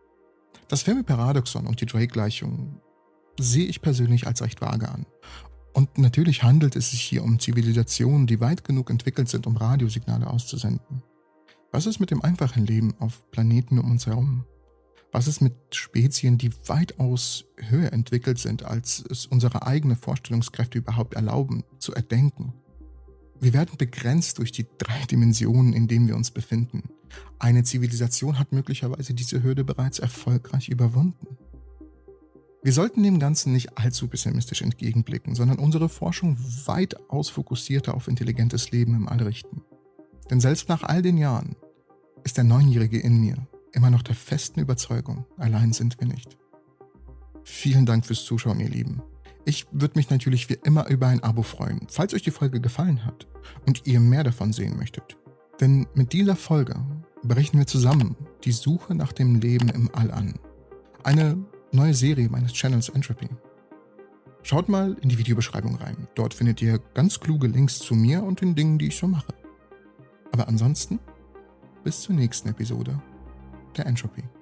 Das Fermi-Paradoxon und die Drake-Gleichung sehe ich persönlich als recht vage an. Und natürlich handelt es sich hier um Zivilisationen, die weit genug entwickelt sind, um Radiosignale auszusenden. Was ist mit dem einfachen Leben auf Planeten um uns herum? Was ist mit Spezien, die weitaus höher entwickelt sind, als es unsere eigenen Vorstellungskräfte überhaupt erlauben, zu erdenken? Wir werden begrenzt durch die drei Dimensionen, in denen wir uns befinden. Eine Zivilisation hat möglicherweise diese Hürde bereits erfolgreich überwunden. Wir sollten dem Ganzen nicht allzu pessimistisch entgegenblicken, sondern unsere Forschung weitaus fokussierter auf intelligentes Leben im All richten. Denn selbst nach all den Jahren ist der Neunjährige in mir immer noch der festen Überzeugung, allein sind wir nicht. Vielen Dank fürs Zuschauen, ihr Lieben. Ich würde mich natürlich wie immer über ein Abo freuen, falls euch die Folge gefallen hat und ihr mehr davon sehen möchtet. Denn mit dieser Folge brechen wir zusammen die Suche nach dem Leben im All an. Eine neue Serie meines Channels Entropy. Schaut mal in die Videobeschreibung rein. Dort findet ihr ganz kluge Links zu mir und den Dingen, die ich so mache. Aber ansonsten, bis zur nächsten Episode der Entropy.